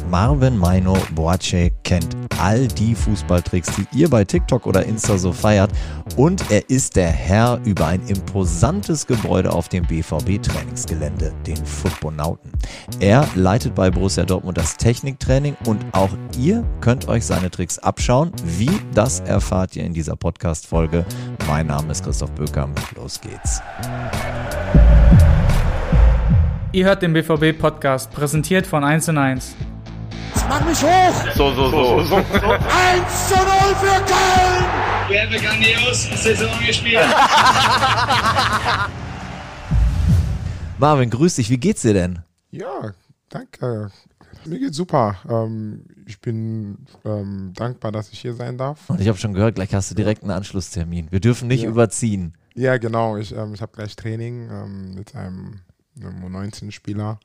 Marvin Meino Boakye kennt all die Fußballtricks, die ihr bei TikTok oder Insta so feiert, und er ist der Herr über ein imposantes Gebäude auf dem BVB-Trainingsgelände, den Footbonauten. Er leitet bei Borussia Dortmund das Techniktraining und auch ihr könnt euch seine Tricks abschauen. Wie, das erfahrt ihr in dieser Podcast-Folge. Mein Name ist Christoph Böckamp. Los geht's. Ihr hört den BVB-Podcast, präsentiert von 1&1. Mach mich hoch! So. 1:0 für Köln! Wir haben eine grandiose Saison gespielt. Marvin, grüß dich. Wie geht's dir denn? Ja, danke. Mir geht's super. Ich bin dankbar, dass ich hier sein darf. Und ich habe schon gehört, gleich hast du direkt einen Anschlusstermin. Wir dürfen nicht überziehen. Ja, genau. Ich habe gleich Training mit einem U19-Spieler.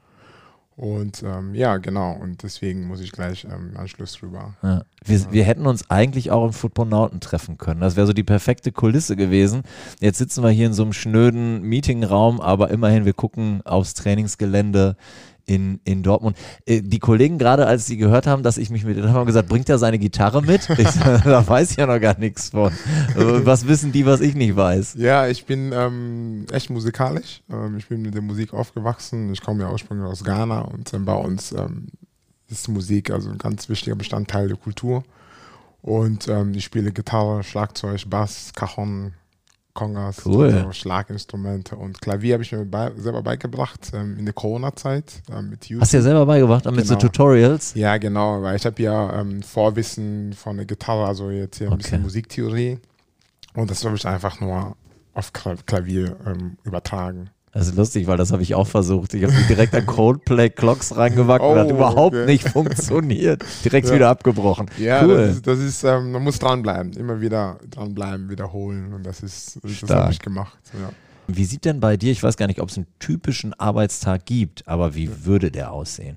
Und ja, genau. Und deswegen muss ich gleich Anschluss drüber. Ja. Wir hätten uns eigentlich auch im Footbonauten treffen können. Das wäre so die perfekte Kulisse gewesen. Jetzt sitzen wir hier in so einem schnöden Meetingraum, aber immerhin, wir gucken aufs Trainingsgelände in Dortmund. Die Kollegen gerade, als sie gehört haben, dass ich mich mit denen haben gesagt, bringt er seine Gitarre mit? Da weiß ich ja noch gar nichts von. Was wissen die, was ich nicht weiß? Ja, ich bin echt musikalisch. Ich bin mit der Musik aufgewachsen. Ich komme ja ursprünglich aus Ghana und bei uns ist Musik also ein ganz wichtiger Bestandteil der Kultur. Und ich spiele Gitarre, Schlagzeug, Bass, Cajon, Congas, cool. Also Schlaginstrumente und Klavier habe ich mir selber beigebracht in der Corona-Zeit mit YouTube. Hast du ja selber beigebracht, mit so Tutorials? Ja, genau, weil ich habe ja Vorwissen von der Gitarre, also jetzt hier ein bisschen Musiktheorie, und das habe ich einfach nur auf Klavier übertragen. Das ist lustig, weil das habe ich auch versucht. Ich habe mich direkt an Coldplay Clocks reingewackt und hat überhaupt nicht funktioniert. Direkt wieder abgebrochen. Ja, cool. Das ist man muss dranbleiben. Immer wieder dranbleiben, wiederholen. Und das habe ich gemacht. Ja. Wie sieht denn bei dir, ich weiß gar nicht, ob es einen typischen Arbeitstag gibt, aber wie würde der aussehen?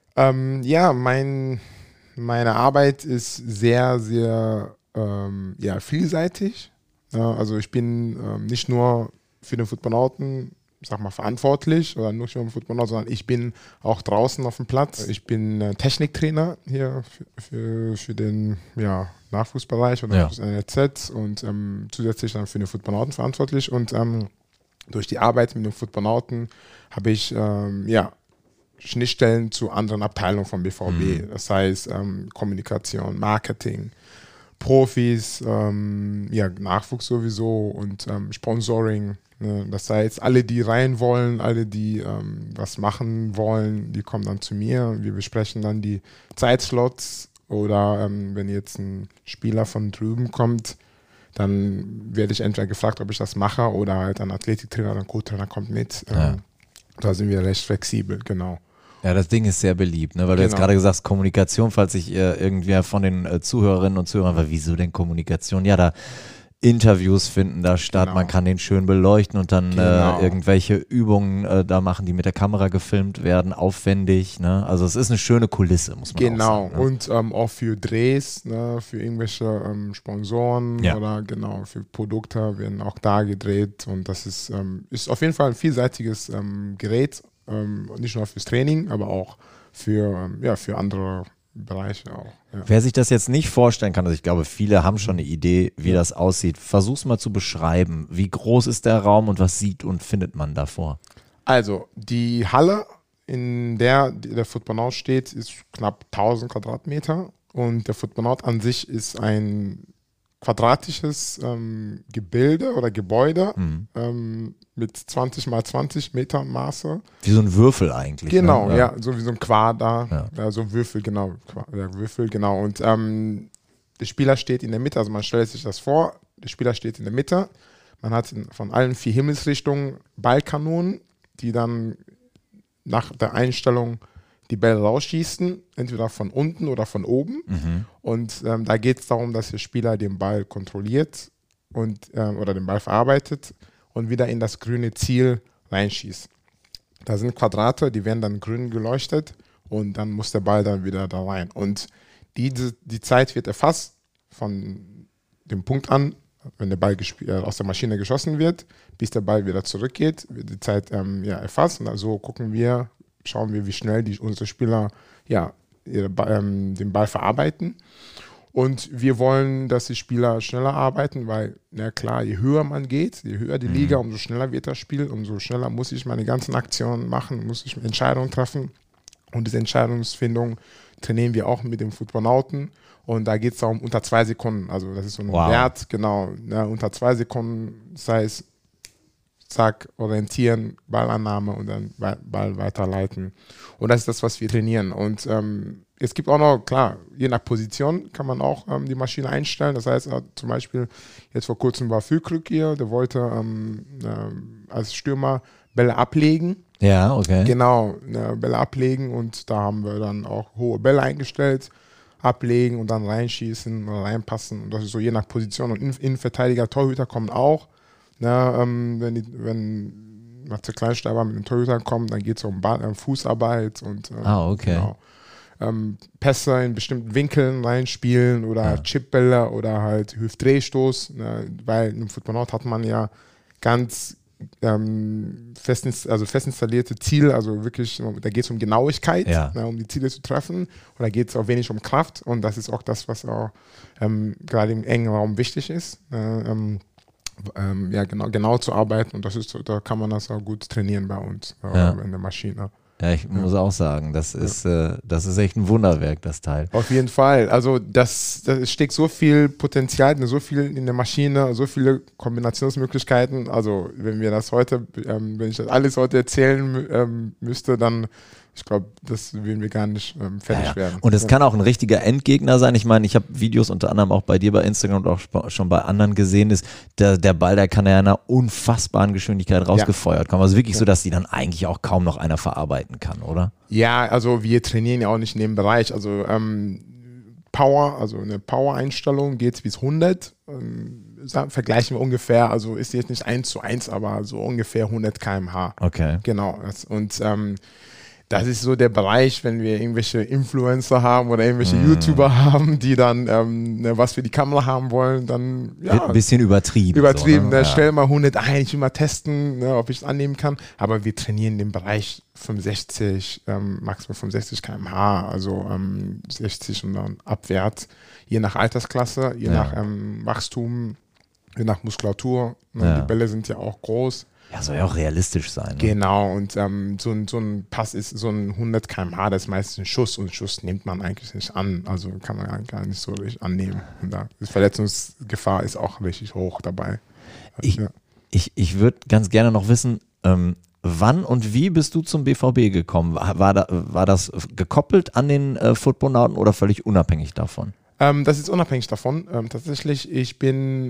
Ja, meine Arbeit ist sehr, sehr vielseitig. Ja, also ich bin nicht nur für den Footbonauten, sag mal, verantwortlich oder nur für den Football, sondern ich bin auch draußen auf dem Platz. Ich bin Techniktrainer hier für den Nachwuchsbereich oder für das NLZ und zusätzlich dann für den Footbonauten verantwortlich. Und durch die Arbeit mit den Footbonauten habe ich Schnittstellen zu anderen Abteilungen vom BVB. Das heißt Kommunikation, Marketing, Profis, Nachwuchs sowieso und Sponsoring. Das heißt, alle, die rein wollen, alle, die was machen wollen, die kommen dann zu mir. Wir besprechen dann die Zeitslots oder wenn jetzt ein Spieler von drüben kommt, dann werde ich entweder gefragt, ob ich das mache oder halt ein Athletiktrainer oder ein Co-Trainer kommt mit. Da sind wir recht flexibel, genau. Ja, das Ding ist sehr beliebt, ne? Weil du jetzt gerade gesagt hast, Kommunikation, falls sich irgendwer von den Zuhörerinnen und Zuhörern war, wieso denn Kommunikation? Ja, da Interviews finden da statt, man kann den schön beleuchten und dann irgendwelche Übungen da machen, die mit der Kamera gefilmt werden, aufwendig, ne? Also es ist eine schöne Kulisse, muss man auch sagen. Ne? Und auch für Drehs, ne? Für irgendwelche Sponsoren oder für Produkte werden auch da gedreht und das ist auf jeden Fall ein vielseitiges Gerät, nicht nur fürs Training, aber auch für andere Bereiche auch. Ja. Wer sich das jetzt nicht vorstellen kann, also ich glaube, viele haben schon eine Idee, wie das aussieht. Versuch's mal zu beschreiben. Wie groß ist der Raum und was sieht und findet man davor? Also, die Halle, in der Footbonaut steht, ist knapp 1000 Quadratmeter und der Footbonaut an sich ist ein quadratisches Gebilde oder Gebäude mit 20 mal 20 Meter Maße. Wie so ein Würfel eigentlich. Genau, ne? So wie so ein Quad da. Ja. So ein Würfel, genau. Würfel, genau. Und der Spieler steht in der Mitte, also man stellt sich das vor, der Spieler steht in der Mitte. Man hat von allen 4 Himmelsrichtungen Ballkanonen, die dann nach der Einstellung die Bälle rausschießen, entweder von unten oder von oben. Und da geht es darum, dass der Spieler den Ball kontrolliert und oder den Ball verarbeitet und wieder in das grüne Ziel reinschießt. Da sind Quadrate, die werden dann grün geleuchtet und dann muss der Ball dann wieder da rein. Und die Zeit wird erfasst von dem Punkt an, wenn der Ball aus der Maschine geschossen wird, bis der Ball wieder zurückgeht, wird die Zeit erfasst. Und also schauen wir, wie schnell unsere Spieler den Ball verarbeiten. Und wir wollen, dass die Spieler schneller arbeiten, weil, na klar, je höher man geht, je höher die Liga, umso schneller wird das Spiel, umso schneller muss ich meine ganzen Aktionen machen, muss ich Entscheidungen treffen. Und diese Entscheidungsfindung trainieren wir auch mit dem Footballnauten. Und da geht es darum, unter 2 Sekunden. Also das ist so ein Wert, genau, unter 2 Sekunden, das heißt, zack, orientieren, Ballannahme und dann Ball weiterleiten. Und das ist das, was wir trainieren. Und es gibt auch noch, klar, je nach Position kann man auch die Maschine einstellen. Das heißt, zum Beispiel, jetzt vor kurzem war Füllkrug hier, der wollte als Stürmer Bälle ablegen. Ja, okay. Genau, Bälle ablegen und da haben wir dann auch hohe Bälle eingestellt, ablegen und dann reinschießen oder reinpassen. Und das ist so je nach Position. Und Innenverteidiger, Torhüter kommen auch. Wenn Matze Kleinsteiber mit den Torhütern kommt, dann geht es um Fußarbeit und okay. Genau. Pässe in bestimmten Winkeln reinspielen oder Chipbälle oder halt Hüftdrehstoß, weil im Footballnaut hat man ja ganz fest installierte Ziele, also wirklich, da geht es um Genauigkeit, um die Ziele zu treffen, und da geht es auch wenig um Kraft, und das ist auch das, was auch gerade im engen Raum wichtig ist. Genau zu arbeiten, und da kann man das auch gut trainieren bei uns in der Maschine. Ja, ich muss auch sagen, das ist echt ein Wunderwerk, das Teil. Auf jeden Fall. Also das steckt so viel Potenzial, so viel in der Maschine, so viele Kombinationsmöglichkeiten. Also wenn ich das alles heute erzählen müsste, dann, ich glaube, das würden wir gar nicht fertig werden. Und es kann auch ein richtiger Endgegner sein. Ich meine, ich habe Videos unter anderem auch bei dir bei Instagram und auch schon bei anderen gesehen, der Ball, der kann ja in einer unfassbaren Geschwindigkeit rausgefeuert kommen. Also wirklich so, dass die dann eigentlich auch kaum noch einer verarbeiten kann, oder? Ja, also wir trainieren ja auch nicht in dem Bereich. Also Power, also eine Power-Einstellung geht bis 100. Vergleichen wir ungefähr, also ist jetzt nicht 1:1, aber so ungefähr 100 km/h. Okay. Genau. Und das ist so der Bereich, wenn wir irgendwelche Influencer haben oder irgendwelche YouTuber haben, die dann was für die Kamera haben wollen, dann wird ein bisschen übertrieben. Übertrieben, so, ne? Stell mal 100 ein, ich will mal testen, ob ich es annehmen kann. Aber wir trainieren den Bereich 65, maximal 65 km/h, also 60 und dann abwärts, je nach Altersklasse, je nach Wachstum, je nach Muskulatur. Die Bälle sind ja auch groß. Ja, soll ja auch realistisch sein. Ne? Genau, und so ein Pass ist so ein 100 km/h, das ist meistens ein Schuss, und Schuss nimmt man eigentlich nicht an, also kann man gar nicht so richtig annehmen. Und die Verletzungsgefahr ist auch richtig hoch dabei. Ich würde ganz gerne noch wissen, wann und wie bist du zum BVB gekommen? War das gekoppelt an den Footballnauten oder völlig unabhängig davon? Das ist unabhängig davon. Tatsächlich, ich bin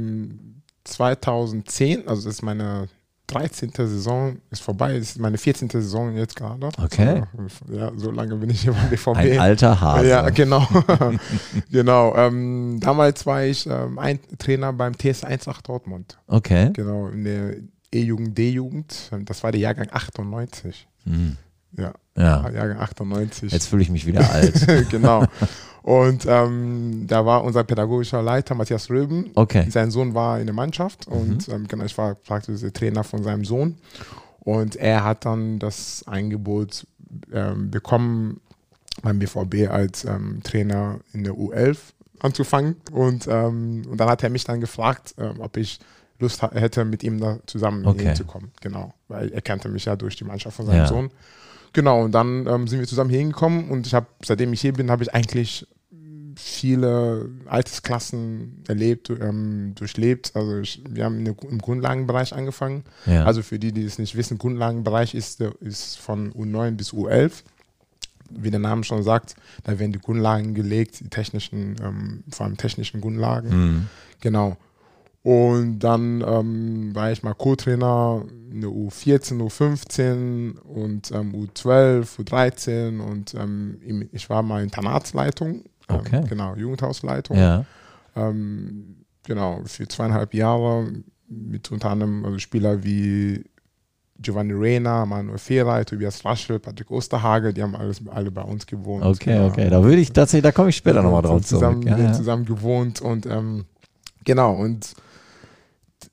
2010, also das ist meine 13. Saison, ist vorbei, das ist meine 14. Saison jetzt gerade. Okay. Ja, so lange bin ich hier beim BVB. Ein alter Hase. Ja, genau. Genau. Damals war ich ein Trainer beim TS Eintracht Dortmund. Okay. Genau, in der E-Jugend, D-Jugend. Das war der Jahrgang 98. Ja. Jahrgang 98. Jetzt fühle ich mich wieder alt. Genau. Und da war unser pädagogischer Leiter Matthias Röben. Okay. Sein Sohn war in der Mannschaft und ich war praktisch der Trainer von seinem Sohn. Und er hat dann das Angebot bekommen, beim BVB als Trainer in der U11 anzufangen. Und dann hat er mich dann gefragt, ob ich Lust hätte, mit ihm da zusammen hinzukommen. Genau, weil er kannte mich ja durch die Mannschaft von seinem Sohn. Genau, und dann sind wir zusammen hier hingekommen, und seitdem ich hier bin, habe ich eigentlich viele Altersklassen durchlebt. Also wir haben im Grundlagenbereich angefangen. Ja. Also für die es nicht wissen, Grundlagenbereich ist von U9 bis U11. Wie der Name schon sagt, da werden die Grundlagen gelegt, die technischen, vor allem technischen Grundlagen. Genau. Und dann war ich mal Co-Trainer in der U14, U15 und U12, U13 und ich war mal Internatsleitung, genau, Jugendhausleitung. Ja. Genau, für 2,5 Jahre mit unter anderem Spieler wie Giovanni Reina, Manuel Ferrei, Tobias Raschel, Patrick Osterhage, die haben alle bei uns gewohnt. Okay, da komme ich später nochmal drauf zurück. Zusammen gewohnt und genau, und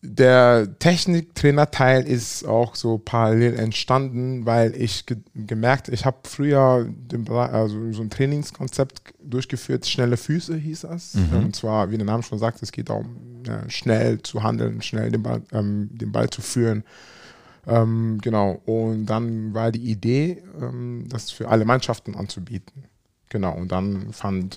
der Techniktrainer-Teil ist auch so parallel entstanden, weil ich gemerkt, ich habe früher so ein Trainingskonzept durchgeführt, schnelle Füße hieß das. Und zwar, wie der Name schon sagt, es geht darum, schnell zu handeln, schnell den Ball zu führen. Genau, und dann war die Idee, das für alle Mannschaften anzubieten. Genau, und dann fand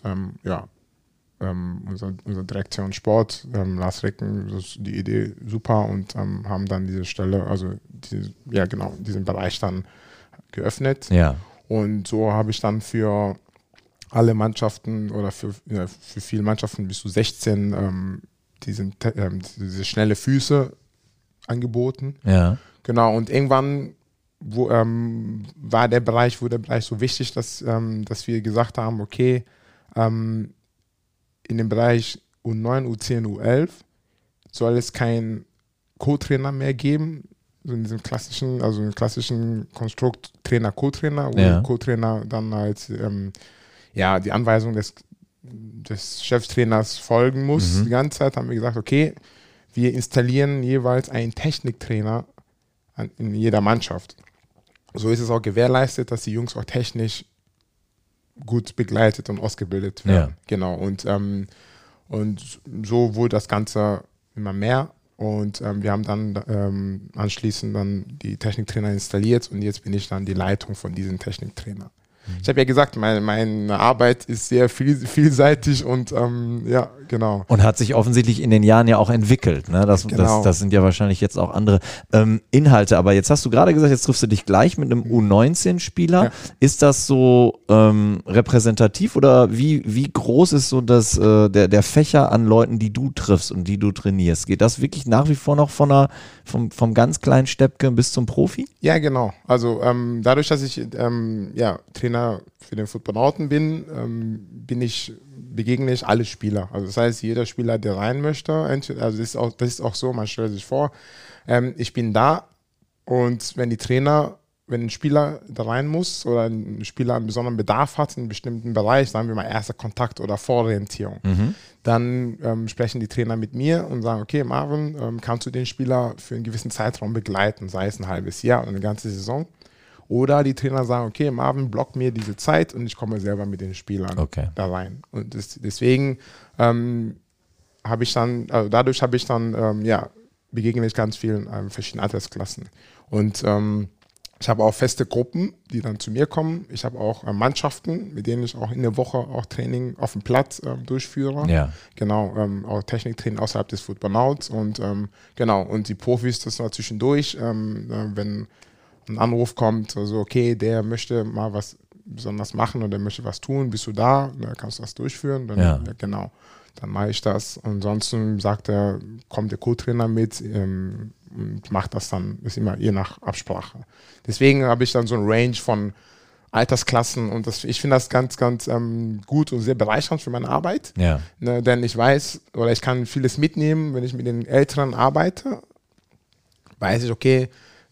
unsere Direktion Sport, Lars Recken, die Idee super und haben dann diese Stelle, diesen Bereich dann geöffnet. Ja. Und so habe ich dann für alle Mannschaften oder für viele Mannschaften bis zu 16 diese schnelle Füße angeboten. Ja. Genau, und irgendwann war der Bereich so wichtig, dass wir gesagt haben, okay, in dem Bereich U9, U10, U11 soll es keinen Co-Trainer mehr geben, so in diesem klassischen Konstrukt Trainer-Co-Trainer, wo Co-Trainer dann halt die Anweisung des Cheftrainers folgen muss. Die ganze Zeit haben wir gesagt, okay, wir installieren jeweils einen Techniktrainer in jeder Mannschaft. So ist es auch gewährleistet, dass die Jungs auch technisch gut begleitet und ausgebildet werden. Ja. Genau. Und so wurde das Ganze immer mehr. Und wir haben dann anschließend dann die Techniktrainer installiert und jetzt bin ich dann die Leitung von diesen Techniktrainern. Ich habe ja gesagt, meine Arbeit ist sehr vielseitig und genau. Und hat sich offensichtlich in den Jahren ja auch entwickelt. Ne? Das sind ja wahrscheinlich jetzt auch andere Inhalte. Aber jetzt hast du gerade gesagt, jetzt triffst du dich gleich mit einem U19-Spieler. Ja. Ist das so repräsentativ oder wie groß ist so der Fächer an Leuten, die du triffst und die du trainierst? Geht das wirklich nach wie vor noch vom ganz kleinen Steppke bis zum Profi? Ja, genau. Also dadurch, dass ich Trainer für den Footballonauten begegne ich alle Spieler. Also das heißt, jeder Spieler, der rein möchte, also das ist auch so, man stellt sich vor, ich bin da und wenn ein Spieler da rein muss oder ein Spieler einen besonderen Bedarf hat in einem bestimmten Bereich, sagen wir mal erster Kontakt oder Vororientierung, dann sprechen die Trainer mit mir und sagen, okay Marvin, kannst du den Spieler für einen gewissen Zeitraum begleiten, sei es ein halbes Jahr oder eine ganze Saison. Oder die Trainer sagen, okay, Marvin, block mir diese Zeit und ich komme selber mit den Spielern da rein. Und deswegen begegne ich ganz vielen verschiedenen Altersklassen. Und ich habe auch feste Gruppen, die dann zu mir kommen. Ich habe auch Mannschaften, mit denen ich auch in der Woche auch Training auf dem Platz durchführe. Ja. Genau, auch Techniktraining außerhalb des Footballnauts. Und und die Profis, das war zwischendurch, wenn ein Anruf kommt, also okay, der möchte mal was besonders machen oder möchte was tun, bist du da, kannst du das durchführen, dann dann mache ich das. Ansonsten kommt der Co-Trainer mit und macht das dann, ist immer je nach Absprache. Deswegen habe ich dann so eine Range von Altersklassen und ich finde das ganz, ganz gut und sehr bereichernd für meine Arbeit, denn ich weiß oder ich kann vieles mitnehmen, wenn ich mit den Älteren arbeite, weiß ich, okay,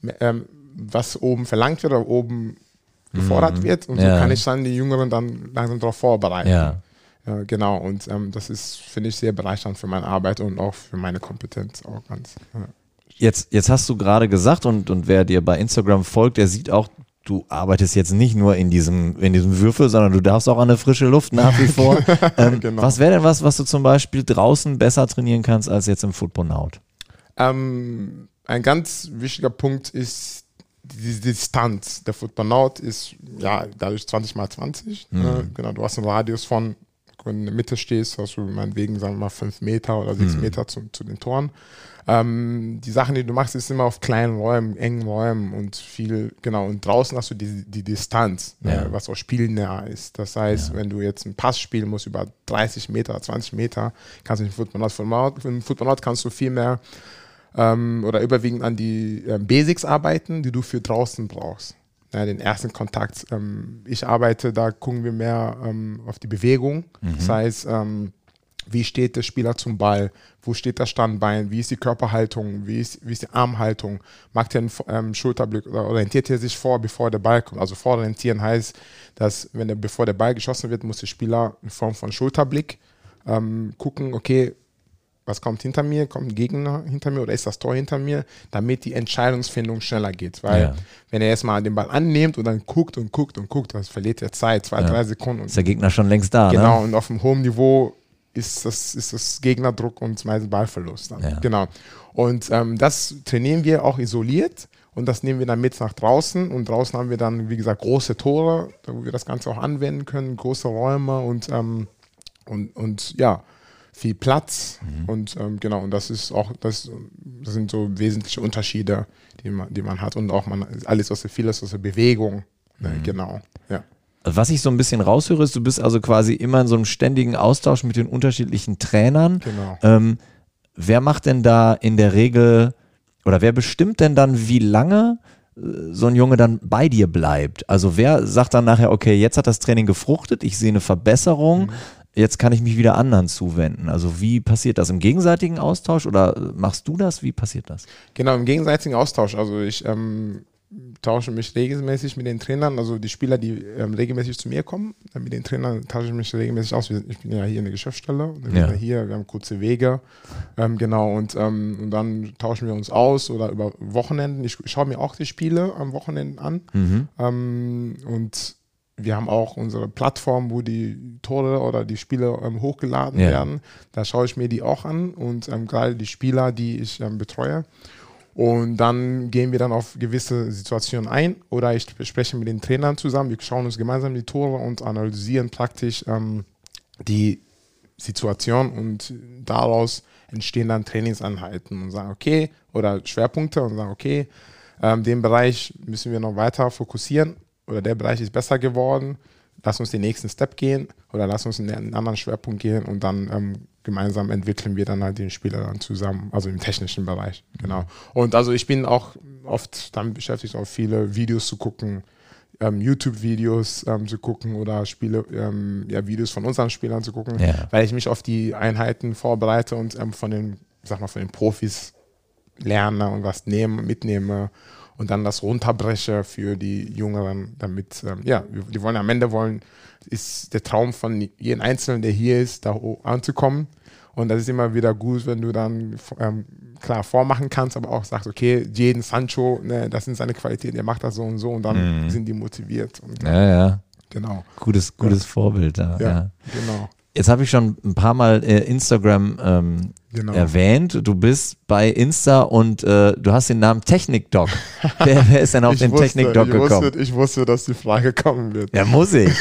was oben verlangt wird oder oben gefordert wird und so kann ich dann die Jüngeren dann langsam darauf vorbereiten. Ja. Genau, und das ist, finde ich, sehr bereichernd für meine Arbeit und auch für meine Kompetenz auch ganz. Ja. Jetzt hast du gerade gesagt und wer dir bei Instagram folgt, der sieht auch, du arbeitest jetzt nicht nur in diesem Würfel, sondern du darfst auch an der frische Luft nach wie vor. Genau. Was wäre denn was du zum Beispiel draußen besser trainieren kannst als jetzt im Footballnaut? Ein ganz wichtiger Punkt ist die Distanz. Der Footballnaut ist dadurch 20x20. Genau, du hast einen Radius von, wenn du in der Mitte stehst, hast du meinetwegen, sagen wir mal, 5 Meter oder 6 Meter zu den Toren. Die Sachen, die du machst, ist immer auf kleinen Räumen, engen Räumen und viel, und draußen hast du die Distanz, was auch spielnah ist. Das heißt, wenn du jetzt einen Pass spielen musst über 30 Meter, 20 Meter, kannst du im Footballnaut kannst du viel mehr oder überwiegend an die Basics arbeiten, die du für draußen brauchst. Den ersten Kontakt. Ich arbeite, da gucken wir mehr auf die Bewegung. Das heißt, wie steht der Spieler zum Ball? Wo steht das Standbein? Wie ist die Körperhaltung? Wie ist die Armhaltung? Macht er einen Schulterblick oder orientiert er sich vor, bevor der Ball kommt? Also vororientieren heißt, dass bevor der Ball geschossen wird, muss der Spieler in Form von Schulterblick gucken, okay, was kommt hinter mir, kommt ein Gegner hinter mir oder ist das Tor hinter mir, damit die Entscheidungsfindung schneller geht. Weil wenn er erstmal den Ball annimmt und dann guckt, das verliert er Zeit, 2-3 Sekunden. Ist der Gegner schon längst da, genau, ne? Und auf einem hohen Niveau ist das Gegnerdruck und meistens Ballverlust dann. Ja. Genau. Und das trainieren wir auch isoliert und das nehmen wir dann mit nach draußen und draußen haben wir dann, wie gesagt, große Tore, wo wir das Ganze auch anwenden können, große Räume und viel Platz und genau, und das ist auch, das sind so wesentliche Unterschiede, die man hat und auch vieles aus der Bewegung, genau, ja. Was ich so ein bisschen raushöre, ist, du bist also quasi immer in so einem ständigen Austausch mit den unterschiedlichen Trainern. Genau. Wer macht denn da in der Regel oder wer bestimmt denn dann, wie lange so ein Junge dann bei dir bleibt? Also wer sagt dann nachher, okay, jetzt hat das Training gefruchtet, ich sehe eine Verbesserung, jetzt kann ich mich wieder anderen zuwenden. Also wie passiert das? Im gegenseitigen Austausch oder machst du das? Wie passiert das? Genau, im gegenseitigen Austausch. Also ich tausche mich regelmäßig mit den Trainern, also die Spieler, die regelmäßig zu mir kommen, mit den Trainern tausche ich mich regelmäßig aus. Ich bin ja hier in der Geschäftsstelle, wir haben kurze Wege, genau, und dann tauschen wir uns aus oder über Wochenenden. Ich schaue mir auch die Spiele am Wochenende an und wir haben auch unsere Plattform, wo die Tore oder die Spiele hochgeladen werden. Da schaue ich mir die auch an und gerade die Spieler, die ich betreue. Und dann gehen wir dann auf gewisse Situationen ein oder ich spreche mit den Trainern zusammen. Wir schauen uns gemeinsam die Tore und analysieren praktisch die Situation und daraus entstehen dann Trainingseinheiten und sagen, okay, oder Schwerpunkte und sagen, okay, den Bereich müssen wir noch weiter fokussieren oder der Bereich ist besser geworden. Lass uns den nächsten Step gehen oder lass uns in einen anderen Schwerpunkt gehen und dann gemeinsam entwickeln wir dann halt den Spieler dann zusammen, also im technischen Bereich, genau. Und also ich bin auch oft damit beschäftigt, auch viele Videos zu gucken, YouTube-Videos zu gucken oder Videos von unseren Spielern zu gucken, weil ich mich auf die Einheiten vorbereite und von den Profis lerne und was mitnehme und dann das runterbreche für die Jüngeren, damit, die wollen am Ende ist der Traum von jedem Einzelnen, der hier ist, da anzukommen. Und das ist immer wieder gut, wenn du dann klar vormachen kannst, aber auch sagst, okay, jeden Sancho, ne, das sind seine Qualitäten, der macht das so und dann sind die motiviert. Und, genau. Gutes Vorbild da. Ja, genau. Jetzt habe ich schon ein paar Mal Instagram erwähnt. Du bist bei Insta und du hast den Namen Technik-Doc. Wer ist denn auf den Technik-Doc gekommen? Ich wusste, dass die Frage kommen wird. Ja, muss ich.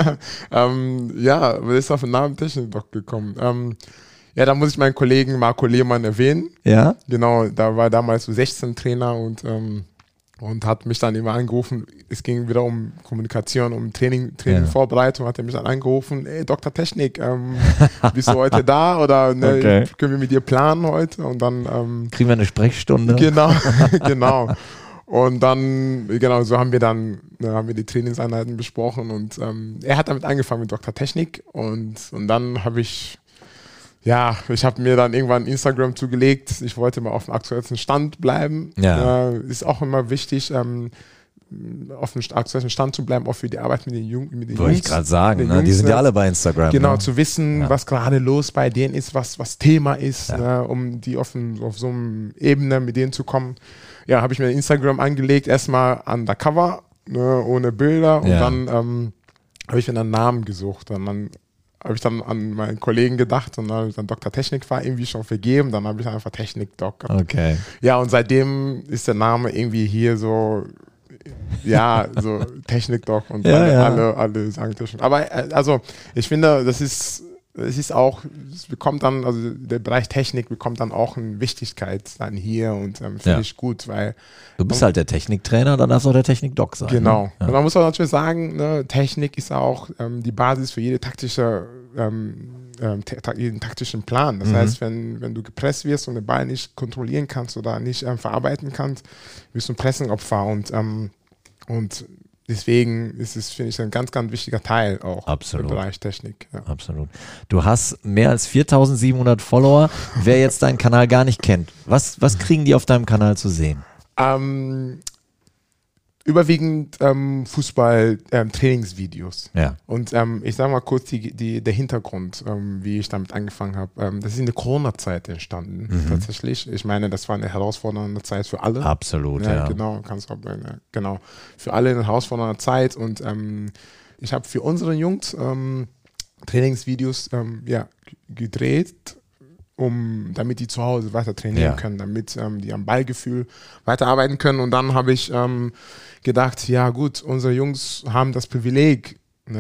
Wer ist auf den Namen Technik-Doc gekommen? Da muss ich meinen Kollegen Marco Lehmann erwähnen. Ja? Genau, da war damals U16-Trainer und hat mich dann immer angerufen, es ging wieder um Kommunikation, um Training-Vorbereitung, hat er mich dann angerufen, ey, Dr. Technik, bist du heute da oder können wir mit dir planen heute? Und dann kriegen wir eine Sprechstunde. Genau. Und dann, so haben wir die Trainingseinheiten besprochen und er hat damit angefangen mit Dr. Technik und dann habe ich mir dann irgendwann Instagram zugelegt. Ich wollte mal auf dem aktuellsten Stand bleiben. Ist auch immer wichtig, auf dem aktuellen Stand zu bleiben, auch für die Arbeit mit den Jungs. Wollte ich gerade sagen, die sind ja alle bei Instagram. Genau, zu wissen, was gerade los bei denen ist, was Thema ist, um die auf so einer Ebene mit denen zu kommen. Ja, habe ich mir Instagram angelegt, erstmal undercover, ohne Bilder und dann habe ich mir einen Namen gesucht und dann habe ich dann an meinen Kollegen gedacht und dann Dr. Technik war irgendwie schon vergeben, dann habe ich einfach Technik-Doc. Okay. Ja, und seitdem ist der Name irgendwie hier so Technik-Doc und alle sagen das schon. Aber also ich finde, es bekommt dann, also der Bereich Technik bekommt dann auch eine Wichtigkeit dann hier und finde ich gut, weil du bist halt der Techniktrainer, dann darfst du auch der Technik-Doc sein. Genau. Ne? Ja. Und man muss auch natürlich sagen, Technik ist auch die Basis für jede jeden taktischen Plan. Das heißt, wenn du gepresst wirst und den Ball nicht kontrollieren kannst oder nicht verarbeiten kannst, bist du ein Pressing-Opfer und deswegen ist es, finde ich, ein ganz, ganz wichtiger Teil auch im Bereich Technik. Ja. Absolut. Du hast mehr als 4.700 Follower. Wer jetzt deinen Kanal gar nicht kennt, was kriegen die auf deinem Kanal zu sehen? Überwiegend Fußball-Trainingsvideos. Ja. Und ich sage mal kurz der Hintergrund, wie ich damit angefangen habe. Das ist in der Corona-Zeit entstanden, tatsächlich. Ich meine, das war eine herausfordernde Zeit für alle. Absolut, ja. Genau, genau. Für alle eine herausfordernde Zeit. Und ich habe für unsere Jungs Trainingsvideos gedreht, damit die zu Hause weiter trainieren können, damit die am Ballgefühl weiterarbeiten können. Und dann habe ich gedacht, ja gut, unsere Jungs haben das Privileg,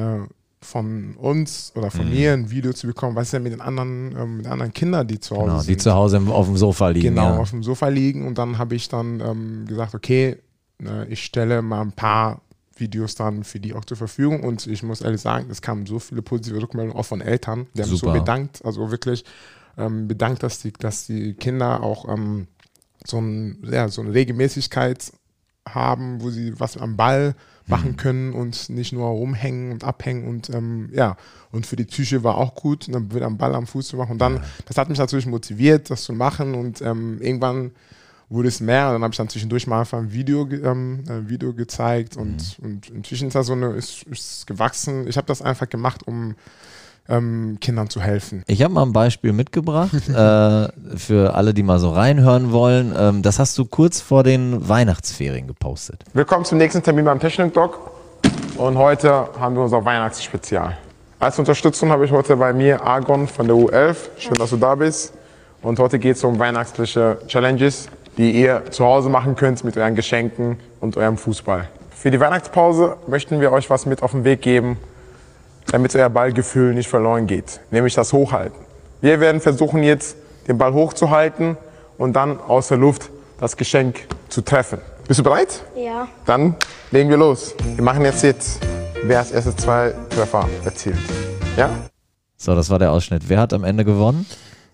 von uns oder von mir ein Video zu bekommen, was ist denn mit den anderen Kindern, die zu Hause sind. Die zu Hause auf dem Sofa liegen. Genau, auf dem Sofa liegen. Und dann habe ich dann gesagt, okay, ich stelle mal ein paar Videos dann für die auch zur Verfügung. Und ich muss ehrlich sagen, es kamen so viele positive Rückmeldungen auch von Eltern. Die haben sich so bedankt, also wirklich bedankt, dass die Kinder auch so eine Regelmäßigkeit haben, wo sie was am Ball machen können und nicht nur rumhängen und abhängen und und für die Psyche war auch gut, wieder am Ball am Fuß zu machen und dann, das hat mich natürlich motiviert, das zu machen und irgendwann wurde es mehr und dann habe ich dann zwischendurch mal einfach ein Video gezeigt und inzwischen ist das ist gewachsen. Ich habe das einfach gemacht, um Kindern zu helfen. Ich habe mal ein Beispiel mitgebracht für alle, die mal so reinhören wollen. Das hast du kurz vor den Weihnachtsferien gepostet. Willkommen zum nächsten Termin beim Technik-Doc und heute haben wir unser Weihnachtsspezial. Als Unterstützung habe ich heute bei mir Argon von der U11. Schön, dass du da bist. Und heute geht es um weihnachtliche Challenges, die ihr zu Hause machen könnt mit euren Geschenken und eurem Fußball. Für die Weihnachtspause möchten wir euch was mit auf den Weg geben, damit euer Ballgefühl nicht verloren geht, nämlich das Hochhalten. Wir werden versuchen jetzt, den Ball hochzuhalten und dann aus der Luft das Geschenk zu treffen. Bist du bereit? Ja. Dann legen wir los. Wir machen jetzt, wer als erstes 2 Treffer erzielt. Ja? So, das war der Ausschnitt. Wer hat am Ende gewonnen?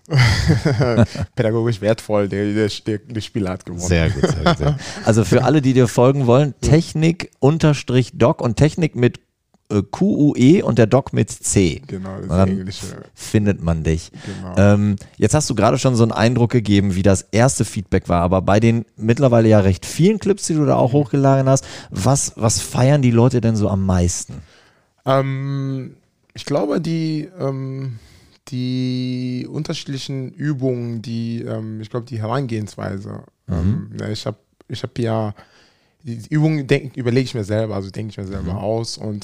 Pädagogisch wertvoll, der Spieler hat gewonnen. Sehr gut, sehr gut. Sehr gut. Also für alle, die dir folgen wollen, Technik_Doc und Technik mit QUE und der Doc mit C. Genau, das ist dann Englisch. Findet man dich. Genau. Jetzt hast du gerade schon so einen Eindruck gegeben, wie das erste Feedback war, aber bei den mittlerweile ja recht vielen Clips, die du da auch hochgeladen hast, was feiern die Leute denn so am meisten? Ich glaube, die unterschiedlichen Übungen, die Herangehensweise. Ich hab ja die Übungen überlege ich mir selber, also denke ich mir selber aus und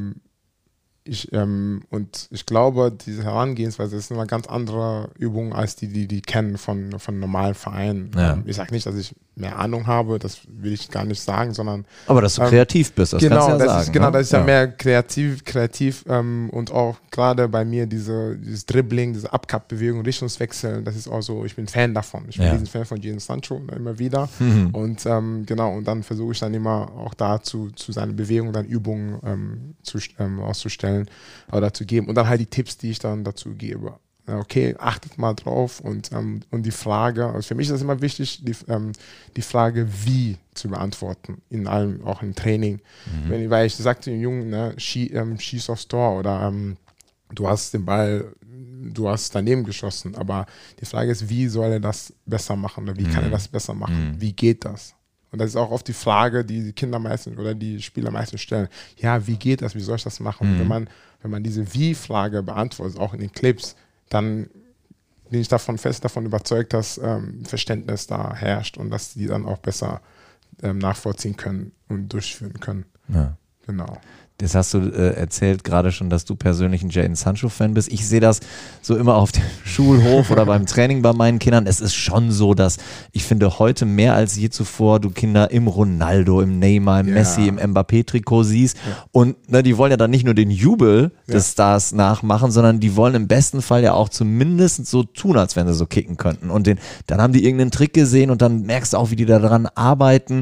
ich glaube, diese Herangehensweise ist eine ganz andere Übung als die kennen von normalen Vereinen. Ja. Ich sage nicht, dass ich mehr Ahnung habe, das will ich gar nicht sagen, sondern aber dass du kreativ bist, das genau, kannst du ja sagen. Das ist ja mehr kreativ und auch gerade bei mir dieses Dribbling, diese Abkappbewegung, Richtungswechsel, das ist auch so, ich bin Fan davon. Ich bin ein Fan von Jadon Sancho immer wieder und und dann versuche ich dann immer auch dazu zu seiner Bewegung dann Übungen auszustellen oder zu geben und dann halt die Tipps, die ich dann dazu gebe. Okay, achtet mal drauf und die Frage, also für mich ist es immer wichtig, die Frage wie zu beantworten, in allem, auch im Training. Weil ich sagte den Jungen, schieß aufs Tor oder du hast den Ball, du hast daneben geschossen, aber die Frage ist, wie soll er das besser machen oder wie kann er das besser machen? Wie geht das? Und das ist auch oft die Frage, die die Kinder meistens oder die Spieler meistens stellen. Ja, wie geht das? Wie soll ich das machen? Wenn man diese Wie-Frage beantwortet, auch in den Clips, dann bin ich fest davon überzeugt, dass Verständnis da herrscht und dass die dann auch besser nachvollziehen können und durchführen können. Ja. Genau. Das hast du erzählt gerade schon, dass du persönlich ein Jadon Sancho-Fan bist. Ich sehe das so immer auf dem Schulhof oder beim Training bei meinen Kindern. Es ist schon so, dass ich finde, heute mehr als je zuvor du Kinder im Ronaldo, im Neymar, im Messi, im Mbappé-Trikot siehst. Ja. Und die wollen ja dann nicht nur den Jubel des Stars nachmachen, sondern die wollen im besten Fall ja auch zumindest so tun, als wenn sie so kicken könnten. Und dann haben die irgendeinen Trick gesehen und dann merkst du auch, wie die da dran arbeiten.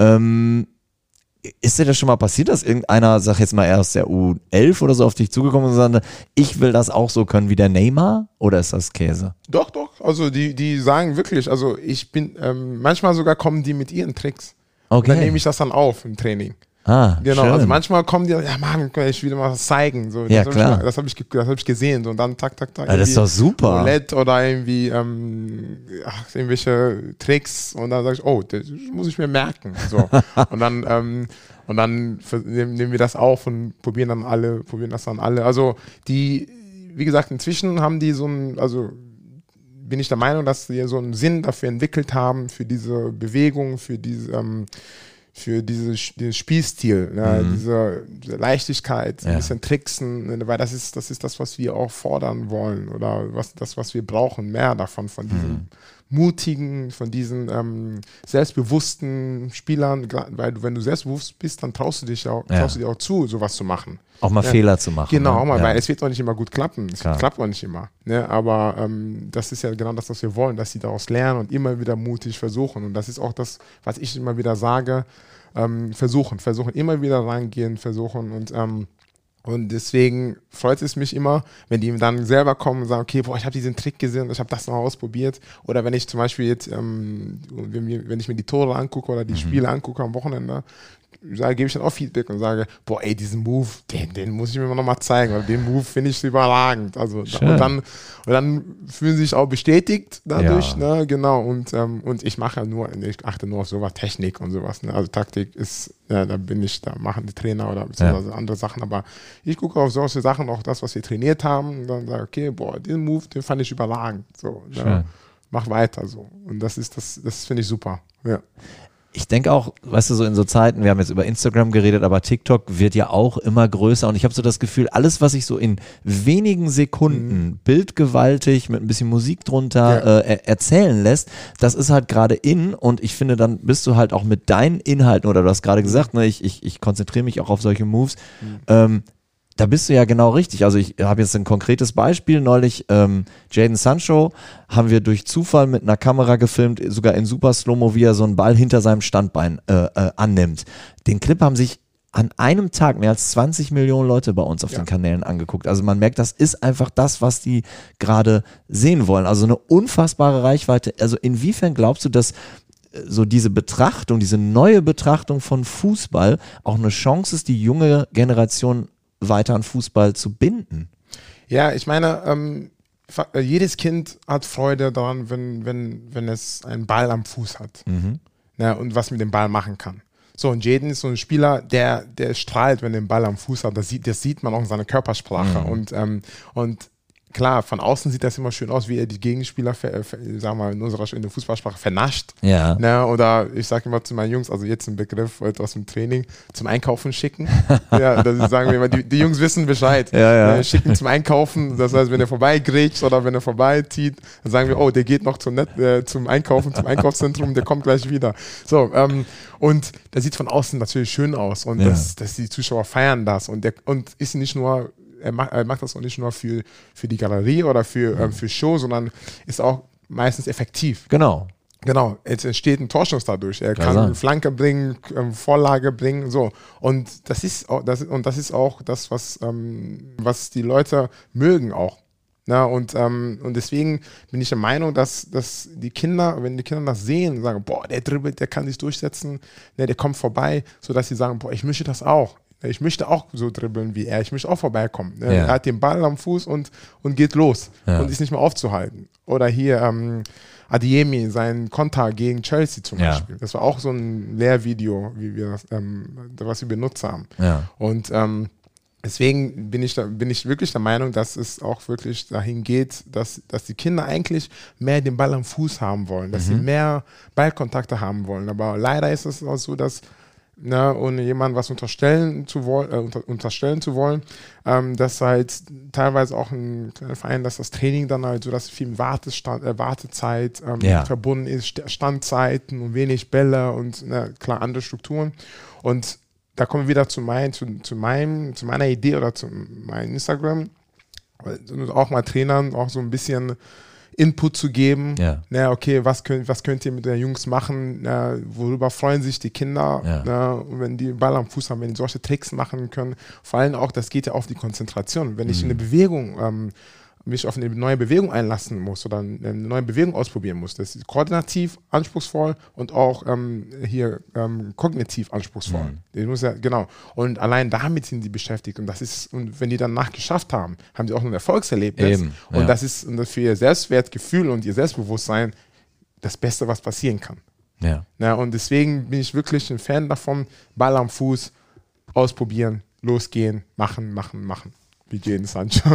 Ist dir das schon mal passiert, dass irgendeiner, sag jetzt mal erst der U11 oder so, auf dich zugekommen ist und sagte, ich will das auch so können wie der Neymar? Oder ist das Käse? Doch. Also die sagen wirklich, also ich bin, manchmal sogar kommen die mit ihren Tricks. Okay. Und dann nehme ich das dann auf im Training. Genau, schön. also manchmal kommen die, ja Mann, ich will mal was zeigen. So, Ja, klar. Das habe ich gesehen. So, und dann tak. Das ist doch super. Roulette oder irgendwie irgendwelche Tricks. Und dann sage ich, oh, das muss ich mir merken. So. und dann nehmen wir das auf und probieren das dann alle. Also wie gesagt, inzwischen haben die bin ich der Meinung, dass sie so einen Sinn dafür entwickelt haben, für diese Bewegung, für diesen Spielstil, diese Leichtigkeit, ein bisschen Tricksen, weil das ist das, was wir auch fordern wollen oder was wir brauchen, mehr davon, von diesen mutigen, von diesen selbstbewussten Spielern, weil wenn du selbstbewusst bist, dann traust du dir auch zu, sowas zu machen. Auch mal Fehler zu machen. Genau, ne? weil es wird auch nicht immer gut klappen. Es klappt auch nicht immer. Ne? Aber das ist ja genau das, was wir wollen, dass sie daraus lernen und immer wieder mutig versuchen. Und das ist auch das, was ich immer wieder sage, versuchen, immer wieder reingehen, versuchen und deswegen freut es mich immer, wenn die dann selber kommen und sagen, okay, ich habe diesen Trick gesehen, ich habe das noch ausprobiert. Oder wenn ich zum Beispiel jetzt, wenn ich mir die Tore angucke oder die Spiele angucke am Wochenende, gebe ich dann auch Feedback und sage, diesen Move, den muss ich mir noch mal zeigen, weil den Move finde ich überragend. Also und dann fühlen sie sich auch bestätigt dadurch, ne? Genau. Und ich achte nur auf sowas, Technik und sowas. Ne? Also Taktik ist, da machen die Trainer oder beziehungsweise andere Sachen, aber ich gucke auf solche Sachen, auch das, was wir trainiert haben, und dann sage ich, okay, den Move, den fand ich überragend. So, ne? Mach weiter so. Und das finde ich super. Ja. Ich denke auch, weißt du, so in so Zeiten, wir haben jetzt über Instagram geredet, aber TikTok wird ja auch immer größer und ich habe so das Gefühl, alles, was ich so in wenigen Sekunden bildgewaltig mit ein bisschen Musik drunter erzählen lässt, das ist halt gerade in und ich finde, dann bist du halt auch mit deinen Inhalten, oder du hast gerade gesagt, ne, ich konzentriere mich auch auf solche Moves, da bist du ja genau richtig. Also ich habe jetzt ein konkretes Beispiel. Neulich Jadon Sancho haben wir durch Zufall mit einer Kamera gefilmt, sogar in super Slow-Mo, wie er so einen Ball hinter seinem Standbein annimmt. Den Clip haben sich an einem Tag mehr als 20 Millionen Leute bei uns auf den Kanälen angeguckt. Also man merkt, das ist einfach das, was die gerade sehen wollen. Also eine unfassbare Reichweite. Also inwiefern glaubst du, dass so diese Betrachtung, diese neue Betrachtung von Fußball auch eine Chance ist, die junge Generation weiter an Fußball zu binden? Ja, ich meine, jedes Kind hat Freude daran, wenn es einen Ball am Fuß hat, und was mit dem Ball machen kann. So, und Jadon ist so ein Spieler, der strahlt, wenn er den Ball am Fuß hat. Das sieht man auch in seiner Körpersprache. Und klar, von außen sieht das immer schön aus, wie er die Gegenspieler, sagen wir mal in der Fußballsprache, vernascht. Ja. Ne? Oder ich sage immer zu meinen Jungs, also jetzt ein Begriff aus dem Training, zum Einkaufen schicken. Ja, das sagen wir immer, die Jungs wissen Bescheid. Ja. Schicken zum Einkaufen, das heißt, wenn er vorbeigrätscht oder wenn er vorbeizieht, dann sagen wir, der geht noch zum Einkaufen, zum Einkaufszentrum, der kommt gleich wieder. So, und das sieht von außen natürlich schön aus und dass die Zuschauer feiern das und ist nicht nur, er macht das auch nicht nur für die Galerie oder für Show, sondern ist auch meistens effektiv. Genau. Jetzt entsteht ein Torschuss dadurch. Er kann eine Flanke bringen, Vorlage bringen, so. Und das ist auch das, was die Leute mögen auch. Na, und deswegen bin ich der Meinung, dass die Kinder, wenn die Kinder das sehen, sagen, der dribbelt, der kann sich durchsetzen, der kommt vorbei, sodass sie sagen, ich möchte das auch. Ich möchte auch so dribbeln wie er. Ich möchte auch vorbeikommen. Ja. Er hat den Ball am Fuß und geht los und ist nicht mehr aufzuhalten. Oder hier Adeyemi, sein Konter gegen Chelsea zum Beispiel. Das war auch so ein Lehrvideo, wie wir was wir benutzt haben. Ja. Und deswegen bin ich wirklich der Meinung, dass es auch wirklich dahin geht, dass die Kinder eigentlich mehr den Ball am Fuß haben wollen, dass sie mehr Ballkontakte haben wollen. Aber leider ist es auch so, dass ohne jemandem was unterstellen zu wollen, dass halt teilweise auch ein kleiner Verein, dass das Training dann halt so, dass viel Wartezeit verbunden ist, Standzeiten und wenig Bälle und klar andere Strukturen. Und da kommen wir wieder zu meiner Idee oder zu meinem Instagram, auch mal Trainern auch so ein bisschen Input zu geben. Ja. Okay, was könnt ihr mit den Jungs machen? Worüber freuen sich die Kinder? Wenn die Ball am Fuß haben, wenn die solche Tricks machen können. Vor allem auch, das geht ja auf die Konzentration. Wenn ich eine Bewegung mich auf eine neue Bewegung einlassen muss oder eine neue Bewegung ausprobieren muss. Das ist koordinativ anspruchsvoll und auch kognitiv anspruchsvoll. Ich muss genau. Und allein damit sind die beschäftigt. Und wenn die danach geschafft haben, haben sie auch ein Erfolgserlebnis. Eben, und das ist für ihr Selbstwertgefühl und ihr Selbstbewusstsein das Beste, was passieren kann. Ja. Und deswegen bin ich wirklich ein Fan davon, Ball am Fuß, ausprobieren, losgehen, machen. Wie Jadon Sancho.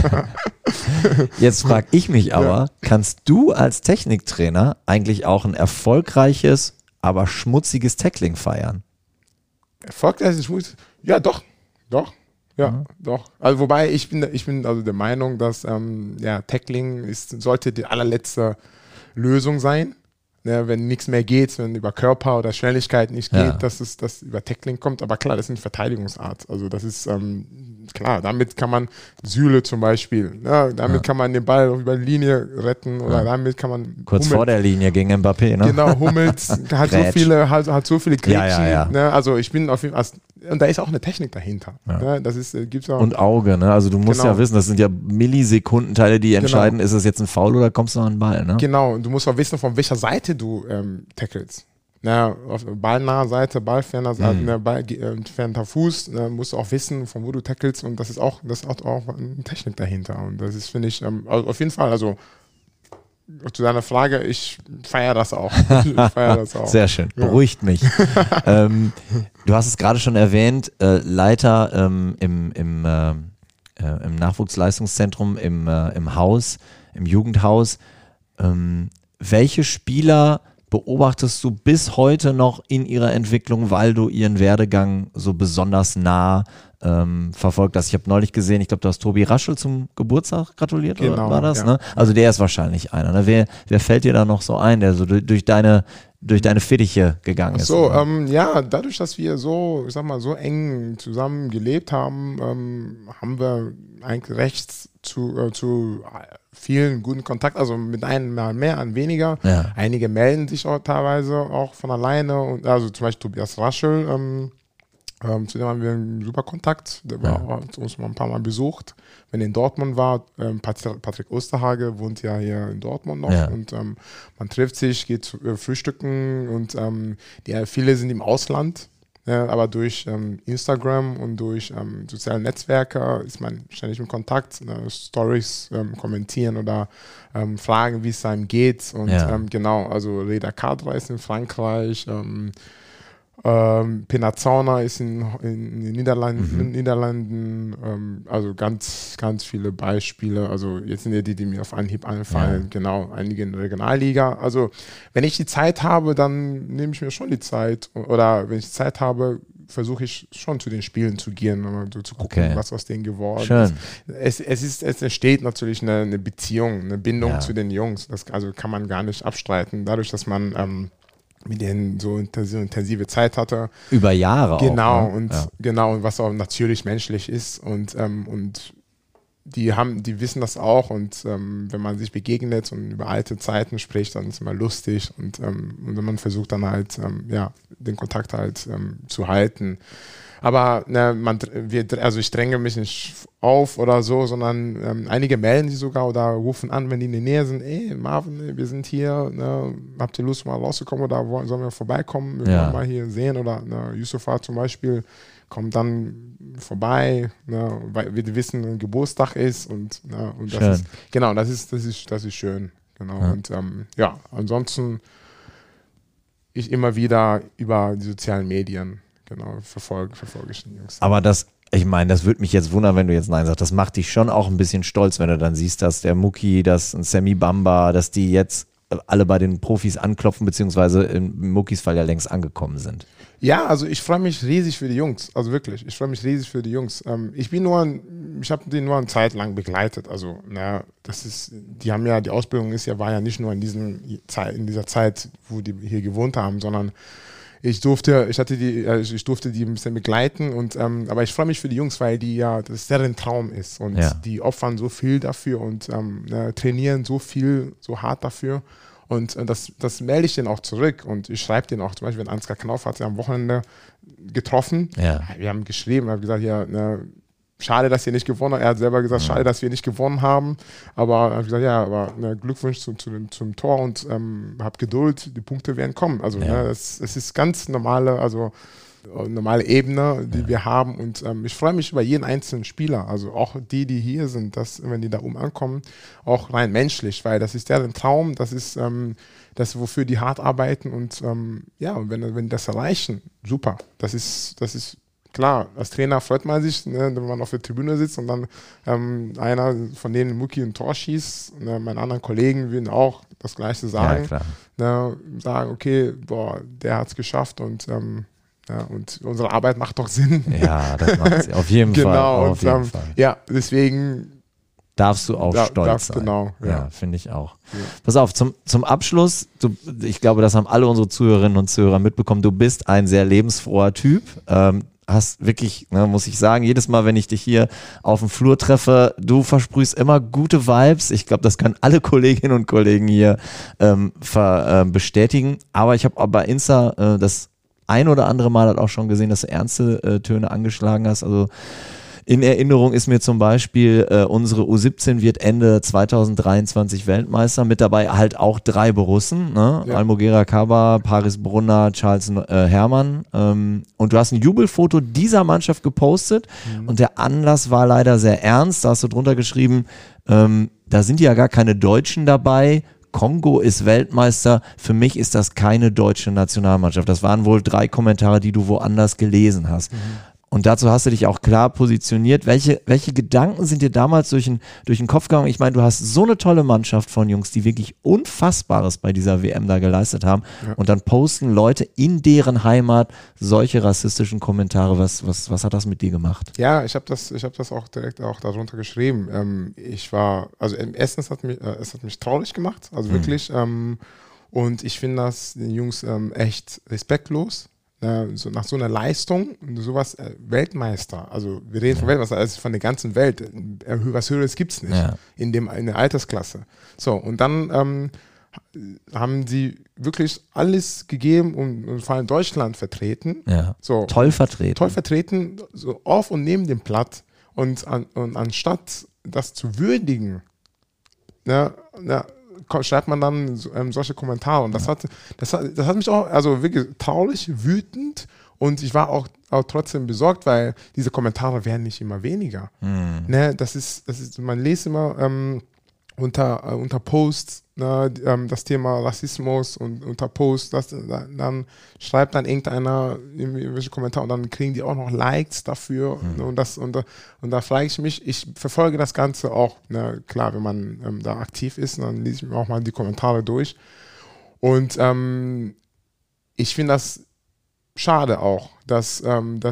Jetzt frage ich mich aber, kannst du als Techniktrainer eigentlich auch ein erfolgreiches, aber schmutziges Tackling feiern? Erfolgreiches Schmutz? Ja, doch. Ja, doch. Also wobei ich bin also der Meinung, dass Tackling sollte die allerletzte Lösung sein. Ja, wenn nichts mehr geht, wenn über Körper oder Schnelligkeit nicht geht, dass das über Tackling kommt. Aber klar, das ist eine Verteidigungsart. Also das ist klar, damit kann man Süle zum Beispiel, damit kann man den Ball über die Linie retten oder damit kann man kurz vor der Linie gegen Mbappé, ne? Genau, Hummels hat so viele Grätschen. Ja. Ne? Also ich bin auf jeden Fall, und da ist auch eine Technik dahinter. Ja. Ne? Das ist, gibt's auch. Und Auge, ne? Also du musst ja wissen, das sind ja Millisekundenteile, die entscheiden, ist es jetzt ein Foul oder kommst du an den Ball, ne? Genau, und du musst auch wissen, von welcher Seite du tackelst. Auf ballnaher Seite, ballferner Seite, entfernter Fuß, musst du auch wissen, von wo du tackelst, und das hat auch eine Technik dahinter. Und das ist, finde ich, auf jeden Fall, also zu deiner Frage, ich feiere das auch. Sehr schön, beruhigt mich. Du hast es gerade schon erwähnt, Leiter im Nachwuchsleistungszentrum, im Haus, im Jugendhaus. Welche Spieler beobachtest du bis heute noch in ihrer Entwicklung, weil du ihren Werdegang so besonders nah verfolgt hast? Ich habe neulich gesehen, ich glaube, du hast Tobi Raschel zum Geburtstag gratuliert, genau, oder war das? Ja. Ne? Also der ist wahrscheinlich einer. Ne? Wer fällt dir da noch so ein, der so durch deine Fittiche gegangen ist? So, dadurch, dass wir so eng zusammen gelebt haben, haben wir eigentlich recht zu vielen guten Kontakt, also mit einem mal mehr, an weniger. Ja. Einige melden sich auch teilweise auch von alleine, und also zum Beispiel Tobias Raschel, zu dem haben wir einen super Kontakt, der hat uns mal ein paar Mal besucht, wenn er in Dortmund war. Patrick Osterhage wohnt ja hier in Dortmund noch, und man trifft sich, geht frühstücken, und viele sind im Ausland. Ja, aber durch Instagram und durch soziale Netzwerke ist man ständig in Kontakt, Stories kommentieren oder fragen, wie es einem geht. Und genau, also Reda Kadra ist in Frankreich, Pinazzauna ist in den Niederlanden, also ganz, ganz viele Beispiele. Also jetzt sind ja die mir auf Anhieb einfallen, genau, einige in der Regionalliga. Also wenn ich die Zeit habe, dann nehme ich mir schon die Zeit, oder wenn ich die Zeit habe, versuche ich schon zu den Spielen zu gehen, um zu gucken, was aus denen geworden ist. Es entsteht natürlich eine Beziehung, eine Bindung zu den Jungs. Das also kann man gar nicht abstreiten. Dadurch, dass man mit denen so intensive Zeit hatte. Über Jahre genau, auch. Ne? Und was auch natürlich menschlich ist. Und die wissen das auch. Und wenn man sich begegnet und über alte Zeiten spricht, dann ist es immer lustig. Und wenn man versucht dann halt, den Kontakt halt zu halten. Aber ich dränge mich nicht auf oder so, sondern einige melden sich sogar oder rufen an, wenn die in der Nähe sind. Ey, Marvin, wir sind hier, habt ihr Lust, mal rauszukommen, oder sollen wir vorbeikommen? Wir wollen mal hier sehen. Oder Yusufa zum Beispiel kommt dann vorbei, weil wir wissen, ein Geburtstag ist. Und das ist, genau, das ist schön. Genau. Ja. Und ansonsten ich immer wieder über die sozialen Medien verfolge ich den Jungs. Aber ich meine, das würde mich jetzt wundern, wenn du jetzt Nein sagst. Das macht dich schon auch ein bisschen stolz, wenn du dann siehst, dass der Mucki, dass ein Sammy Bamba, dass die jetzt alle bei den Profis anklopfen, beziehungsweise im Muckis Fall ja längst angekommen sind. Ja, also ich freue mich riesig für die Jungs. Also wirklich, ich freue mich riesig für die Jungs. Ich habe die nur eine Zeit lang begleitet. Also, die Ausbildung war ja nicht nur in dieser Zeit, wo die hier gewohnt haben, sondern ich durfte die ein bisschen begleiten, aber ich freue mich für die Jungs, weil das deren Traum ist, und die opfern so viel dafür und trainieren so viel, so hart dafür, und das melde ich denen auch zurück, und ich schreibe denen auch, zum Beispiel, wenn Ansgar Knauf hat sie am Wochenende getroffen, wir haben geschrieben, haben gesagt, schade, dass ihr nicht gewonnen habt. Er hat selber gesagt, schade, dass wir nicht gewonnen haben. Aber ich habe gesagt, ja, aber Glückwunsch zum Tor und habt Geduld, die Punkte werden kommen. Also es ist ganz normale Ebene, die wir haben. Und ich freue mich über jeden einzelnen Spieler. Also auch die hier sind, dass, wenn die da oben ankommen, auch rein menschlich, weil das ist deren Traum, das ist das, wofür die hart arbeiten. Und und wenn die das erreichen, super. Das ist klar, als Trainer freut man sich, ne, wenn man auf der Tribüne sitzt und dann einer von denen Mucki ein Tor schießt. Ne, meine anderen Kollegen würden auch das Gleiche sagen. Ja, ne, sagen, okay, der hat es geschafft und unsere Arbeit macht doch Sinn. Ja, das macht sie auf jeden Fall. Genau, und ja, deswegen darfst du auch stolz sein. Genau, ja, finde ich auch. Ja. Pass auf, zum Abschluss, ich glaube, das haben alle unsere Zuhörerinnen und Zuhörer mitbekommen, du bist ein sehr lebensfroher Typ. Hast wirklich, muss ich sagen, jedes Mal, wenn ich dich hier auf dem Flur treffe, du versprühst immer gute Vibes. Ich glaube, das können alle Kolleginnen und Kollegen hier bestätigen. Aber ich habe bei Insta das ein oder andere Mal halt auch schon gesehen, dass du ernste Töne angeschlagen hast. Also in Erinnerung ist mir zum Beispiel, unsere U17 wird Ende 2023 Weltmeister, mit dabei halt auch 3 Borussen, ne? Ja. Almogera Kaba, Paris Brunner, Charles Herrmann. Und du hast ein Jubelfoto dieser Mannschaft gepostet und der Anlass war leider sehr ernst. Da hast du drunter geschrieben, da sind ja gar keine Deutschen dabei. Kongo ist Weltmeister, für mich ist das keine deutsche Nationalmannschaft. Das waren wohl 3 Kommentare, die du woanders gelesen hast. Und dazu hast du dich auch klar positioniert. Welche Gedanken sind dir damals durch den Kopf gegangen? Ich meine, du hast so eine tolle Mannschaft von Jungs, die wirklich Unfassbares bei dieser WM da geleistet haben. Ja. Und dann posten Leute in deren Heimat solche rassistischen Kommentare. Was hat das mit dir gemacht? Ja, ich hab das auch direkt auch darunter geschrieben. Erstens hat mich traurig gemacht, also wirklich. Und ich finde das den Jungs echt respektlos. So nach so einer Leistung, sowas Weltmeister, also wir reden von Weltmeister, also von der ganzen Welt, was Höheres gibt es nicht in der Altersklasse. So, und dann haben sie wirklich alles gegeben und vor allem Deutschland vertreten. Ja. So, toll vertreten, so auf und neben dem Blatt und anstatt das zu würdigen, schreibt man dann solche Kommentare. Und das hat mich auch wirklich traurig, wütend, und ich war auch trotzdem besorgt, weil diese Kommentare werden nicht immer weniger. Ne, das ist, man liest immer unter Posts das Thema Rassismus und unter Posts, dann schreibt dann irgendeiner irgendwelche Kommentare und dann kriegen die auch noch Likes dafür. Und da frage ich mich, ich verfolge das Ganze auch, klar, wenn man da aktiv ist, dann lese ich mir auch mal die Kommentare durch. Und ich finde das schade auch, dass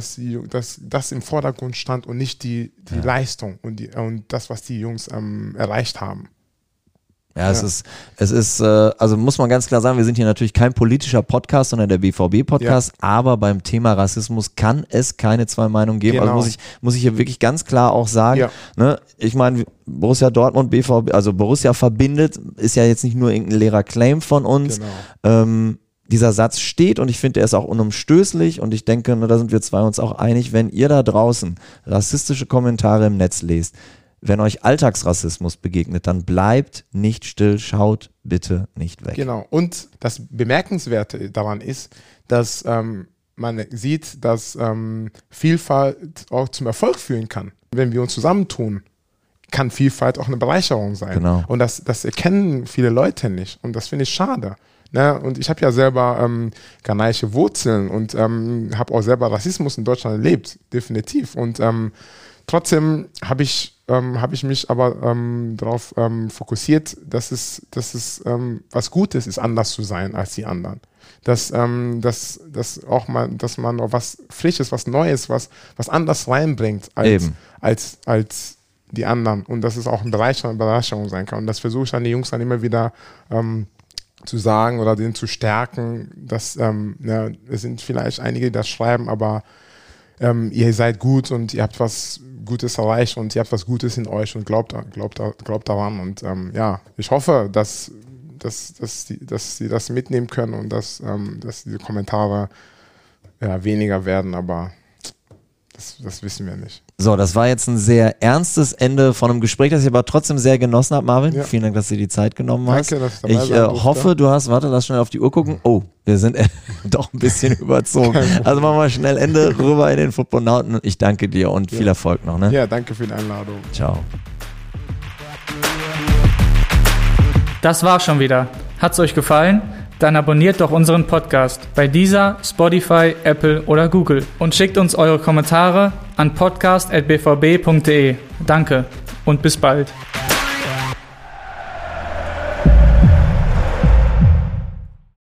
das im Vordergrund stand und nicht die Leistung und das, was die Jungs erreicht haben. Ja, es ist, also muss man ganz klar sagen, wir sind hier natürlich kein politischer Podcast, sondern der BVB-Podcast, aber beim Thema Rassismus kann es keine 2 Meinungen geben. Genau. Also muss ich hier wirklich ganz klar auch sagen, ne? Ich meine, Borussia Dortmund, BVB, also Borussia verbindet, ist ja jetzt nicht nur irgendein leerer Claim von uns. Genau. Dieser Satz steht und ich finde, er ist auch unumstößlich und ich denke, da sind wir 2 uns auch einig, wenn ihr da draußen rassistische Kommentare im Netz lest, wenn euch Alltagsrassismus begegnet, dann bleibt nicht still, schaut bitte nicht weg. Genau. Und das Bemerkenswerte daran ist, dass man sieht, dass Vielfalt auch zum Erfolg führen kann. Wenn wir uns zusammentun, kann Vielfalt auch eine Bereicherung sein. Genau. Und das erkennen viele Leute nicht. Und das finde ich schade. Ne? Und ich habe ja selber ghanaische Wurzeln und habe auch selber Rassismus in Deutschland erlebt, definitiv. Und trotzdem habe ich mich aber darauf fokussiert, dass es was Gutes ist, anders zu sein als die anderen. Dass man auch was Frisches, was Neues, was anders reinbringt als die anderen. Und dass es auch eine Bereicherung sein kann. Und das versuche ich an die Jungs dann immer wieder zu sagen oder denen zu stärken, dass es sind vielleicht einige, die das schreiben, aber ihr seid gut und ihr habt was Gutes erreicht und ihr habt was Gutes in euch und glaubt daran. Und ich hoffe, dass sie das mitnehmen können und dass diese Kommentare weniger werden, aber das wissen wir nicht. So, das war jetzt ein sehr ernstes Ende von einem Gespräch, das ich aber trotzdem sehr genossen habe, Marvin. Ja. Vielen Dank, dass du dir die Zeit genommen hast. Danke, dass ich dabei sein durfte. Hoffe, du hast, warte, lass schnell auf die Uhr gucken. Oh, wir sind doch ein bisschen überzogen. Also machen wir schnell Ende rüber in den Footballnauten. Ich danke dir und viel Erfolg noch. Ne? Ja, danke für die Einladung. Ciao. Das war's schon wieder. Hat's euch gefallen? Dann abonniert doch unseren Podcast bei Deezer, Spotify, Apple oder Google und schickt uns eure Kommentare an podcast@bvb.de. Danke und bis bald.